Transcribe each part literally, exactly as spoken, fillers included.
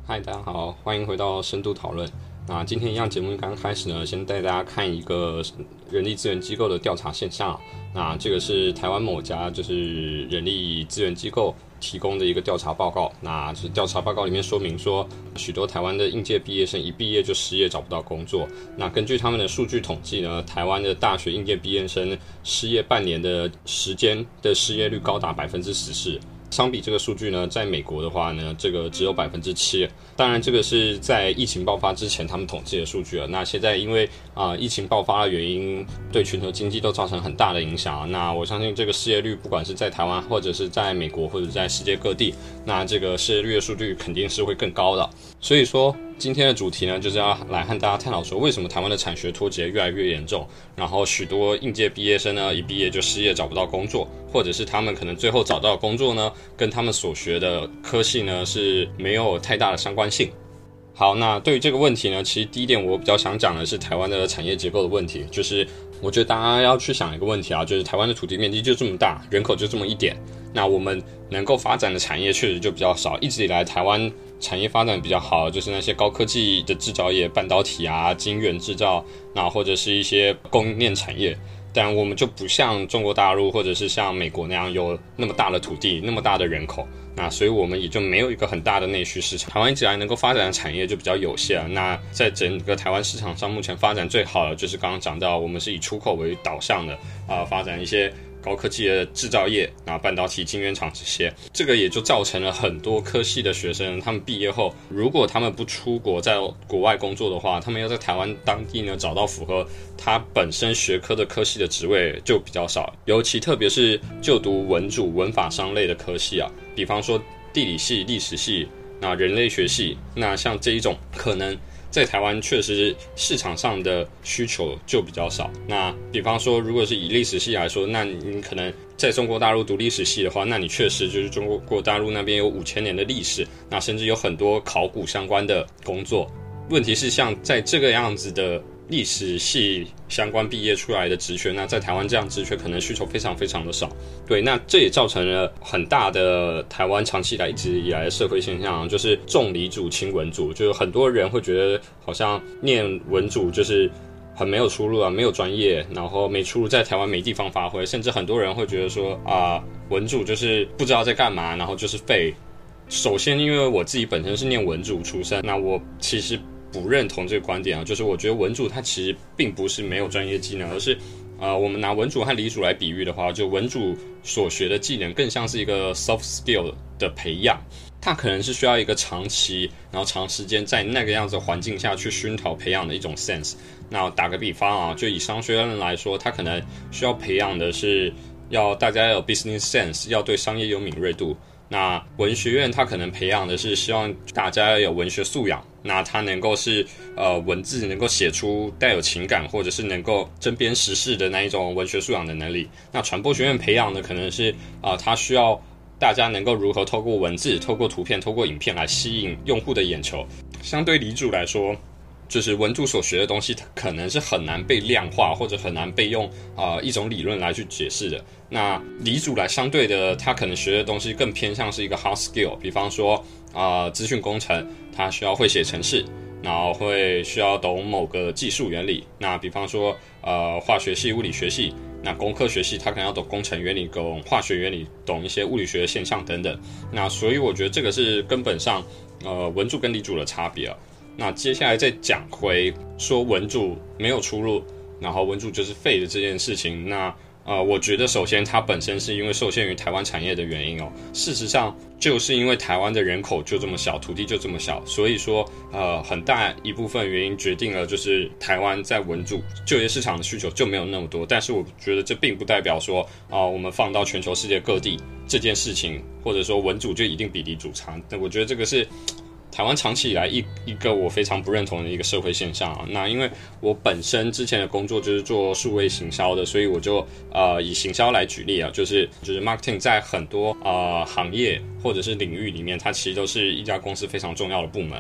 嗨，大家好，欢迎回到深度讨论。那今天一样节目刚开始呢，先带大家看一个人力资源机构的调查现象。那这个是台湾某家就是人力资源机构提供的一个调查报告。那就是调查报告里面说明说，许多台湾的应届毕业生一毕业就失业，找不到工作。那根据他们的数据统计呢，台湾的大学应届毕业生失业半年的时间的失业率高达百分之十四。相比这个数据呢，在美国的话呢，这个只有百分之七。当然，这个是在疫情爆发之前他们统计的数据了。那现在因为啊、呃、疫情爆发的原因，对全球经济都造成很大的影响。那我相信这个失业率，不管是在台湾，或者是在美国，或者在世界各地，那这个失业率的数据肯定是会更高的。所以说，今天的主题呢，就是要来和大家探讨说，为什么台湾的产学脱节越来越严重，然后许多应届毕业生呢，一毕业就失业，找不到工作，或者是他们可能最后找到的工作呢，跟他们所学的科系呢是没有太大的相关性。好，那对于这个问题呢，其实第一点我比较想讲的是台湾的产业结构的问题，就是我觉得大家要去想一个问题啊，就是台湾的土地面积就这么大，人口就这么一点，那我们能够发展的产业确实就比较少。一直以来台湾产业发展比较好，就是那些高科技的制造业，半导体啊、晶圆制造，那或者是一些供应链产业。但我们就不像中国大陆或者是像美国那样有那么大的土地，那么大的人口，那所以我们也就没有一个很大的内需市场。台湾一直以来能够发展的产业就比较有限。那在整个台湾市场上，目前发展最好的就是刚刚讲到，我们是以出口为导向的啊、呃，发展一些高科技的制造业，然后半导体、晶圆厂这些，这个也就造成了很多科系的学生，他们毕业后，如果他们不出国，在国外工作的话，他们要在台湾当地呢找到符合他本身学科的科系的职位就比较少，尤其特别是就读文组、文法商类的科系啊，比方说地理系、历史系、那人类学系，那像这一种可能在台湾确实市场上的需求就比较少。那比方说，如果是以历史系来说，那你可能在中国大陆读历史系的话，那你确实就是中国大陆那边有五千年的历史，那甚至有很多考古相关的工作。问题是，像在这个样子的历史系相关毕业出来的职缺，那在台湾这样职缺可能需求非常非常的少。对，那这也造成了很大的台湾长期以来一直以来的社会现象，就是重理组轻文组，就是很多人会觉得好像念文组就是很没有出路啊，没有专业，然后没出路，在台湾没地方发挥，甚至很多人会觉得说啊、呃，文组就是不知道在干嘛，然后就是废。首先，因为我自己本身是念文组出身，那我其实不认同这个观点啊，就是我觉得文组它其实并不是没有专业技能，而是呃，我们拿文组和理组来比喻的话，就文组所学的技能更像是一个 soft skill 的培养，它可能是需要一个长期，然后长时间在那个样子的环境下去熏陶培养的一种 sense。那打个比方啊，就以商学院来说，它可能需要培养的是要大家有 business sense， 要对商业有敏锐度。那文学院它可能培养的是希望大家有文学素养，那它能够是呃文字能够写出带有情感，或者是能够针砭时事的那一种文学素养的能力。那传播学院培养的可能是啊、呃，它需要大家能够如何透过文字、透过图片、透过影片来吸引用户的眼球。相对理组来说，就是文组所学的东西，它可能是很难被量化，或者很难被用啊、呃、一种理论来去解释的。那理组来相对的，它可能学的东西更偏向是一个 hard skill， 比方说啊、呃、资讯工程，它需要会写程式，然后会需要懂某个技术原理。那比方说呃化学系、物理学系，那工科学系它可能要懂工程原理、懂化学原理、懂一些物理学的现象等等。那所以我觉得这个是根本上呃文组跟理组的差别啊。那接下来再讲回说文组没有出路，然后文组就是废的这件事情。那呃，我觉得首先它本身是因为受限于台湾产业的原因哦。事实上，就是因为台湾的人口就这么小，土地就这么小，所以说呃，很大一部分原因决定了就是台湾在文组就业市场的需求就没有那么多。但是我觉得这并不代表说啊、呃，我们放到全球世界各地这件事情，或者说文组就一定比理组差。那我觉得这个是台湾长期以来一一个我非常不认同的一个社会现象啊。那因为我本身之前的工作就是做数位行销的，所以我就呃以行销来举例啊，就是就是 marketing 在很多呃行业或者是领域里面，它其实都是一家公司非常重要的部门啊。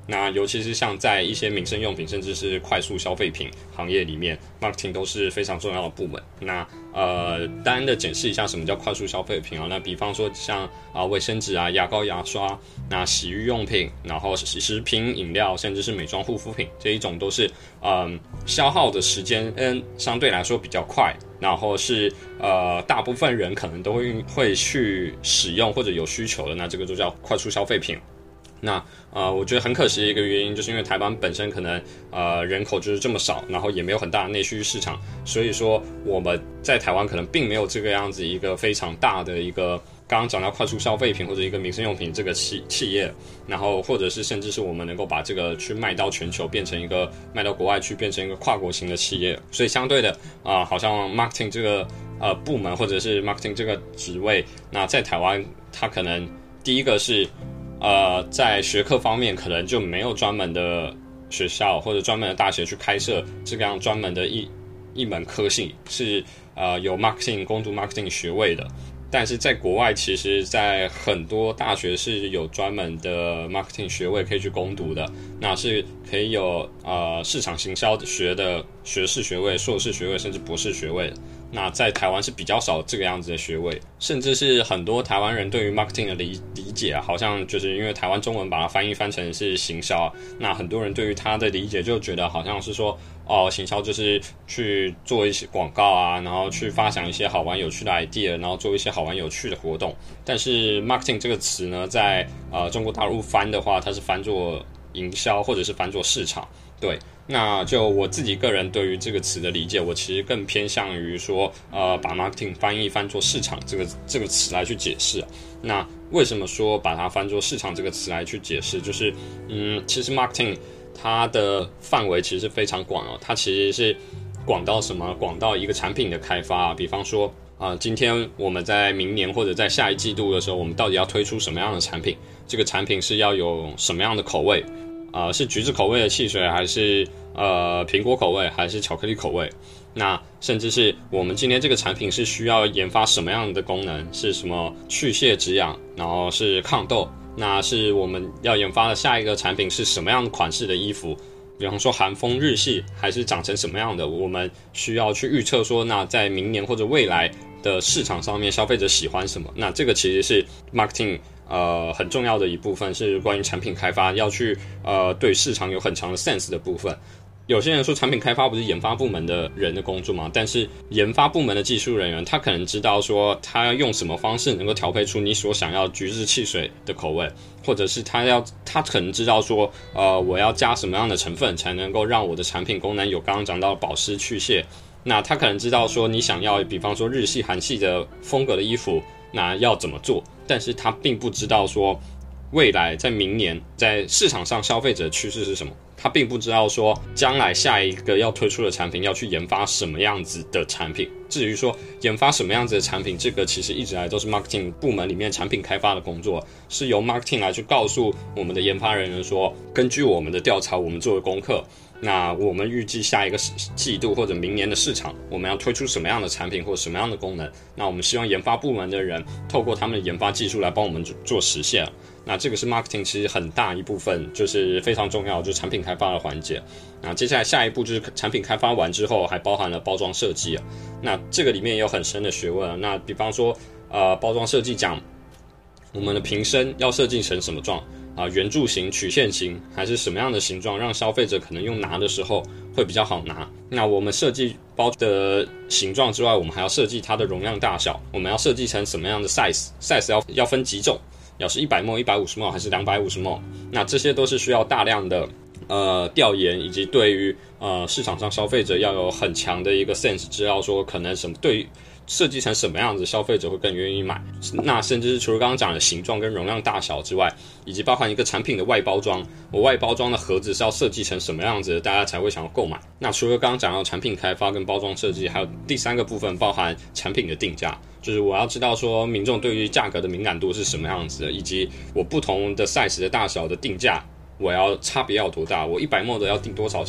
那尤其是像在一些民生用品甚至是快速消费品行业里面 ，marketing 都是非常重要的部门。那呃，单单的解释一下什么叫快速消费品啊？那比方说像啊卫生纸啊、牙膏、牙刷，那洗浴用品，然后食品、饮料，甚至是美妆护肤品这一种都是嗯消耗的时间嗯相对来说比较快，然后是呃大部分人可能都会会去使用或者有需求的，那这个就叫快速消费品。那呃，我觉得很可惜的一个原因，就是因为台湾本身可能呃人口就是这么少，然后也没有很大的内需市场，所以说我们在台湾可能并没有这个样子一个非常大的一个刚刚讲到快速消费品或者一个民生用品这个企企业，然后或者是甚至是我们能够把这个去卖到全球，变成一个卖到国外去，变成一个跨国型的企业，所以相对的啊、呃，好像 marketing 这个呃部门或者是 marketing 这个职位，那在台湾它可能第一个是。呃，在学科方面可能就没有专门的学校或者专门的大学去开设这样专门的一一门科系，是呃有 marketing 攻读 marketing 学位的。但是在国外，其实在很多大学是有专门的 marketing 学位可以去攻读的，那是可以有呃市场行销学的学士学位、硕士学位甚至博士学位的。那在台湾是比较少这个样子的学位，甚至是很多台湾人对于 marketing 的理理解啊，好像就是因为台湾中文把它翻译翻成是行销啊，那很多人对于它的理解就觉得好像是说，哦，行销就是去做一些广告啊，然后去发想一些好玩有趣的 idea， 然后做一些好玩有趣的活动。但是 marketing 这个词呢，在呃中国大陆翻的话，它是翻作营销或者是翻作市场，对。那就我自己个人对于这个词的理解，我其实更偏向于说，呃，把 marketing 翻译翻作市场这个这个词来去解释啊。那为什么说把它翻作市场这个词来去解释？就是，嗯，其实 marketing 它的范围其实非常广哦，它其实是广到什么？广到一个产品的开发啊，比方说，啊、呃，今天我们在明年或者在下一季度的时候，我们到底要推出什么样的产品？这个产品是要有什么样的口味？呃，是橘子口味的汽水，还是呃苹果口味，还是巧克力口味？那甚至是我们今天这个产品是需要研发什么样的功能？是什么去屑止痒，然后是抗痘？那是我们要研发的下一个产品是什么样款式的衣服？比方说韩风日系，还是长成什么样的？我们需要去预测说，那在明年或者未来的市场上面，消费者喜欢什么？那这个其实是 marketing。呃，很重要的一部分是关于产品开发，要去呃对市场有很强的 sense 的部分。有些人说产品开发不是研发部门的人的工作吗？但是研发部门的技术人员，他可能知道说他要用什么方式能够调配出你所想要橘子汽水的口味，或者是他要他可能知道说，呃，我要加什么样的成分才能够让我的产品功能有刚刚讲到保湿去屑。那他可能知道说你想要，比方说日系、韩系的风格的衣服，那要怎么做？但是他并不知道说未来在明年在市场上消费者趋势是什么，他并不知道说将来下一个要推出的产品要去研发什么样子的产品。至于说研发什么样子的产品，这个其实一直来都是 marketing 部门里面产品开发的工作，是由 marketing 来去告诉我们的研发人员说，根据我们的调查，我们做的功课，那我们预计下一个季度或者明年的市场，我们要推出什么样的产品或者什么样的功能，那我们希望研发部门的人透过他们的研发技术来帮我们做实现。那这个是 marketing 其实很大一部分就是非常重要，就是产品开发的环节。那接下来下一步就是产品开发完之后，还包含了包装设计啊。那这个里面也有很深的学问啊。那比方说，呃，包装设计讲我们的瓶身要设计成什么状啊、呃，圆柱形、曲线形，还是什么样的形状，让消费者可能用拿的时候会比较好拿。那我们设计包的形状之外，我们还要设计它的容量大小，我们要设计成什么样的 size，size size 要要分几种。要是一百 ml、一百五十 ml 还是两百五十 ml， 那这些都是需要大量的呃调研，以及对于呃市场上消费者要有很强的一个 sense， 知道说可能什么对于设计成什么样子，消费者会更愿意买。那甚至是除了刚刚讲的形状跟容量大小之外，以及包含一个产品的外包装，我外包装的盒子是要设计成什么样子的，大家才会想要购买。那除了刚刚讲到产品开发跟包装设计，还有第三个部分包含产品的定价。就是我要知道说民众对于价格的敏感度是什么样子的，以及我不同的 size 的大小的定价，我要差别要多大？我一百 ml 的要定多少钱？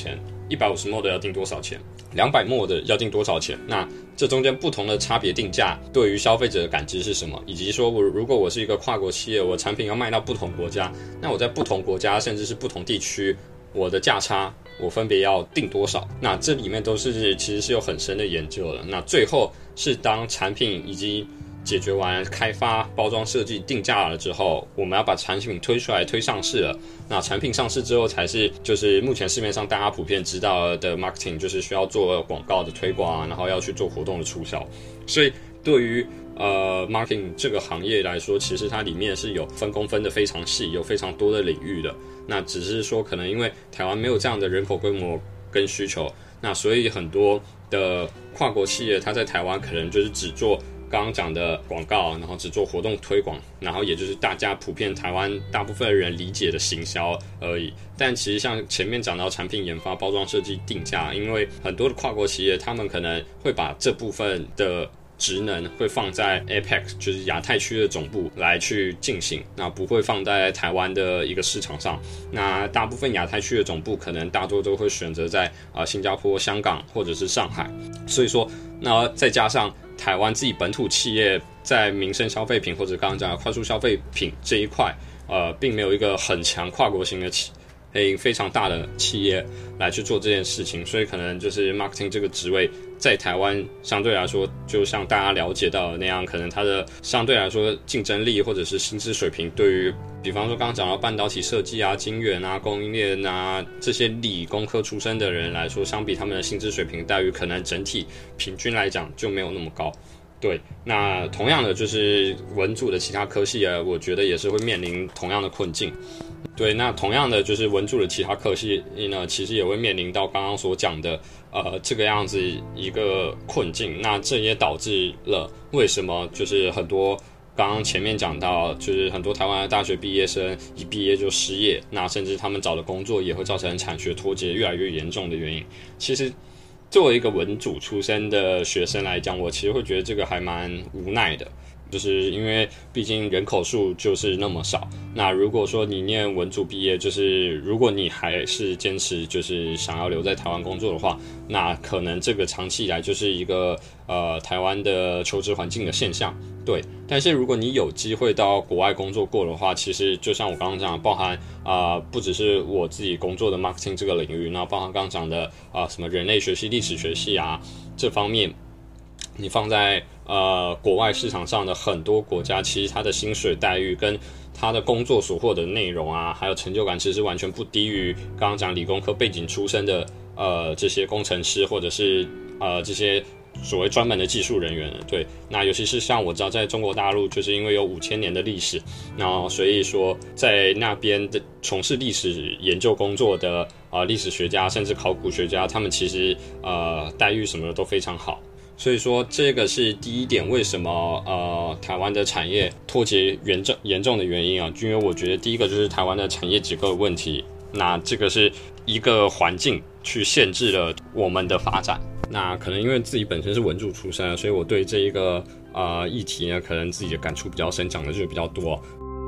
一百五十 ml 的要定多少钱，两百 ml 的要定多少钱，那这中间不同的差别定价对于消费者的感知是什么，以及说我如果我是一个跨国企业，我产品要卖到不同国家，那我在不同国家甚至是不同地区，我的价差我分别要定多少，那这里面都是其实是有很深的研究的。那最后是当产品以及解决完开发、包装设计、定价了之后，我们要把产品推出来、推上市了。那产品上市之后，才是就是目前市面上大家普遍知道的 marketing， 就是需要做广告的推广啊，然后要去做活动的促销。所以对于呃 marketing 这个行业来说，其实它里面是有分工分得非常细，有非常多的领域的。那只是说，可能因为台湾没有这样的人口规模跟需求，那所以很多的跨国企业它在台湾可能就是只做刚刚讲的广告，然后只做活动推广，然后也就是大家普遍台湾大部分人理解的行销而已。但其实像前面讲到产品研发、包装设计、定价，因为很多的跨国企业，他们可能会把这部分的职能会放在 A P E C， 就是亚太区的总部来去进行，那不会放在台湾的一个市场上。那大部分亚太区的总部可能大多都会选择在、呃、新加坡、香港或者是上海。所以说，那再加上台湾自己本土企业在民生消费品或者刚刚讲的快速消费品这一块，呃，并没有一个很强跨国型的企非常大的企业来去做这件事情，所以可能就是 marketing 这个职位在台湾相对来说，就像大家了解到的那样，可能它的相对来说竞争力或者是薪资水平，对于比方说刚刚讲到半导体设计啊、晶圆啊、供应链啊这些理工科出身的人来说，相比他们的薪资水平待遇，可能整体平均来讲就没有那么高。对，那同样的就是文组的其他科系啊，我觉得也是会面临同样的困境。对，那同样的就是文组的其他科系呢，其实也会面临到刚刚所讲的呃这个样子一个困境。那这也导致了为什么就是很多刚刚前面讲到，就是很多台湾的大学毕业生一毕业就失业，那甚至他们找的工作也会造成产学脱节越来越严重的原因。其实作为一个文组出身的学生来讲，我其实会觉得这个还蛮无奈的。就是因为毕竟人口数就是那么少，那如果说你念文组毕业，就是如果你还是坚持就是想要留在台湾工作的话，那可能这个长期以来就是一个呃台湾的求职环境的现象。对，但是如果你有机会到国外工作过的话，其实就像我刚刚讲的，包含啊、呃、不只是我自己工作的 marketing 这个领域，那包含刚刚讲的啊、呃、什么人类学系、历史学系啊这方面，你放在呃国外市场上的很多国家，其实它的薪水待遇跟他的工作所获得的内容啊，还有成就感，其实完全不低于刚刚讲理工科背景出身的呃这些工程师或者是呃这些所谓专门的技术人员。对，那尤其是像我知道在中国大陆，就是因为有五千年的历史，然后所以说在那边的从事历史研究工作的呃历史学家甚至考古学家，他们其实呃待遇什么的都非常好。所以说这个是第一点，为什么呃台湾的产业脱节严重严重的原因啊？因为我觉得第一个就是台湾的产业结构的问题，那这个是一个环境去限制了我们的发展。那可能因为自己本身是文组出身，所以我对这一个呃议题呢，可能自己的感触比较深，讲的就比较多。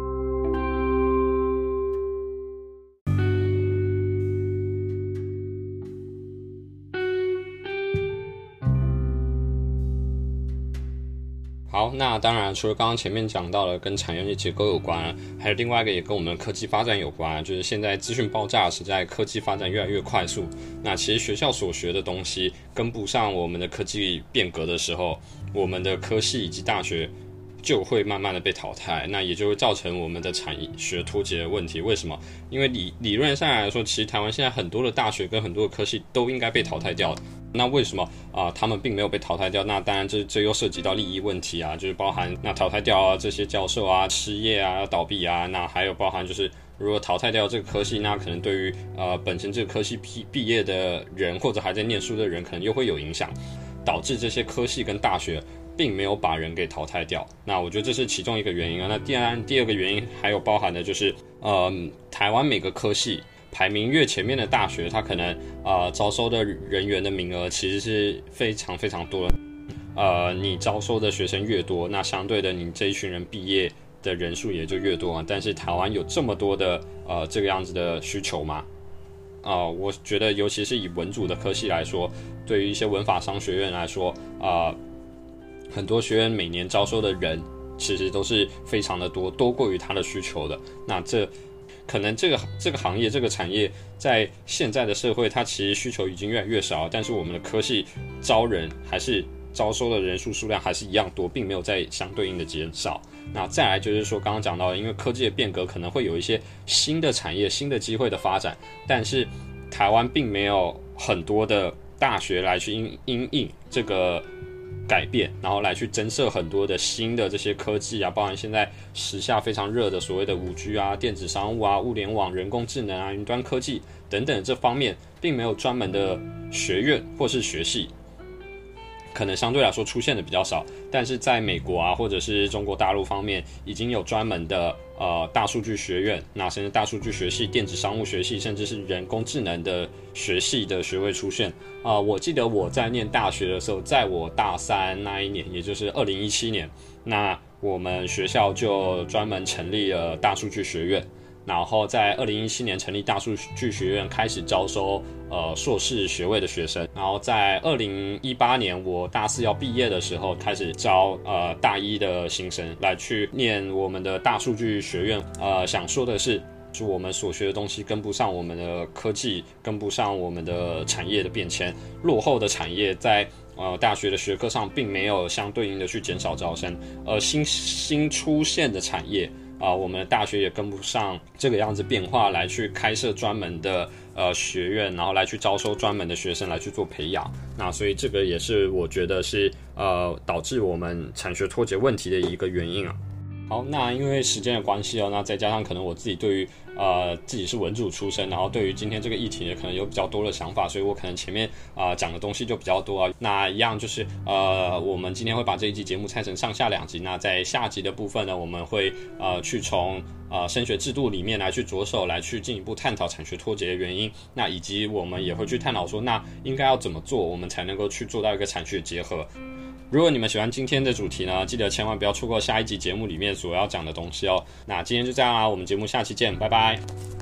好，那当然除了刚刚前面讲到的跟产业结构有关，还有另外一个也跟我们的科技发展有关，就是现在资讯爆炸时代，科技发展越来越快速，那其实学校所学的东西跟不上我们的科技变革的时候，我们的科系以及大学就会慢慢的被淘汰，那也就会造成我们的产学脱节的问题。为什么？因为理理论上来说，其实台湾现在很多的大学跟很多的科系都应该被淘汰掉的。那为什么啊、呃？他们并没有被淘汰掉？那当然这这又涉及到利益问题啊，就是包含那淘汰掉啊这些教授啊失业啊倒闭啊，那还有包含就是如果淘汰掉这个科系，那可能对于呃本身这个科系毕毕业的人或者还在念书的人，可能又会有影响，导致这些科系跟大学并没有把人给淘汰掉。那我觉得这是其中一个原因啊。那第二第二个原因还有包含的就是呃台湾每个科系排名越前面的大学，它可能呃招收的人员的名额其实是非常非常多的。呃，你招收的学生越多，那相对的你这一群人毕业的人数也就越多啊。但是台湾有这么多的呃这个样子的需求吗？ 呃，我觉得尤其是以文组的科系来说，对于一些文法商学院来说，呃，很多学院每年招收的人其实都是非常的多，多过于它的需求的。那这可能这个这个行业这个产业在现在的社会，它其实需求已经越来越少，但是我们的科系招人还是招收的人数数量还是一样多，并没有在相对应的减少。那再来就是说，刚刚讲到，因为科技的变革，可能会有一些新的产业、新的机会的发展，但是台湾并没有很多的大学来去因因应这个改变，然后来去增设很多的新的这些科技啊，包含现在时下非常热的所谓的 五 G 啊、电子商务啊、物联网、人工智能啊、云端科技等等这方面，并没有专门的学院或是学系。可能相对来说出现的比较少，但是在美国啊，或者是中国大陆方面，已经有专门的呃大数据学院，那甚至大数据学系、电子商务学系，甚至是人工智能的学系的学位出现。啊、呃，我记得我在念大学的时候，在我大三那一年，也就是二零一七年，那我们学校就专门成立了大数据学院。然后在二零一七年成立大数据学院，开始招收呃硕士学位的学生。然后在二零一八年我大四要毕业的时候，开始招呃大一的新生来去念我们的大数据学院。呃，想说的是，就我们所学的东西跟不上我们的科技，跟不上我们的产业的变迁，落后的产业在呃大学的学科上并没有相对应的去减少招生，而新新出现的产业。啊、呃，我们的大学也跟不上这个样子变化，来去开设专门的呃学院，然后来去招收专门的学生来去做培养。那所以这个也是我觉得是呃导致我们产学脱节问题的一个原因啊。好，那因为时间的关系哦，那再加上可能我自己对于呃自己是文组出身，然后对于今天这个议题呢，可能有比较多的想法，所以我可能前面啊、呃、讲的东西就比较多啊。那一样就是呃，我们今天会把这一集节目拆成上下两集。那在下集的部分呢，我们会呃去从呃升学制度里面来去着手来去进一步探讨产学脱节的原因，那以及我们也会去探讨说，那应该要怎么做，我们才能够去做到一个产学结合。如果你们喜欢今天的主题呢，记得千万不要错过下一集节目里面所要讲的东西哦。那今天就这样啦，我们节目下期见，拜拜。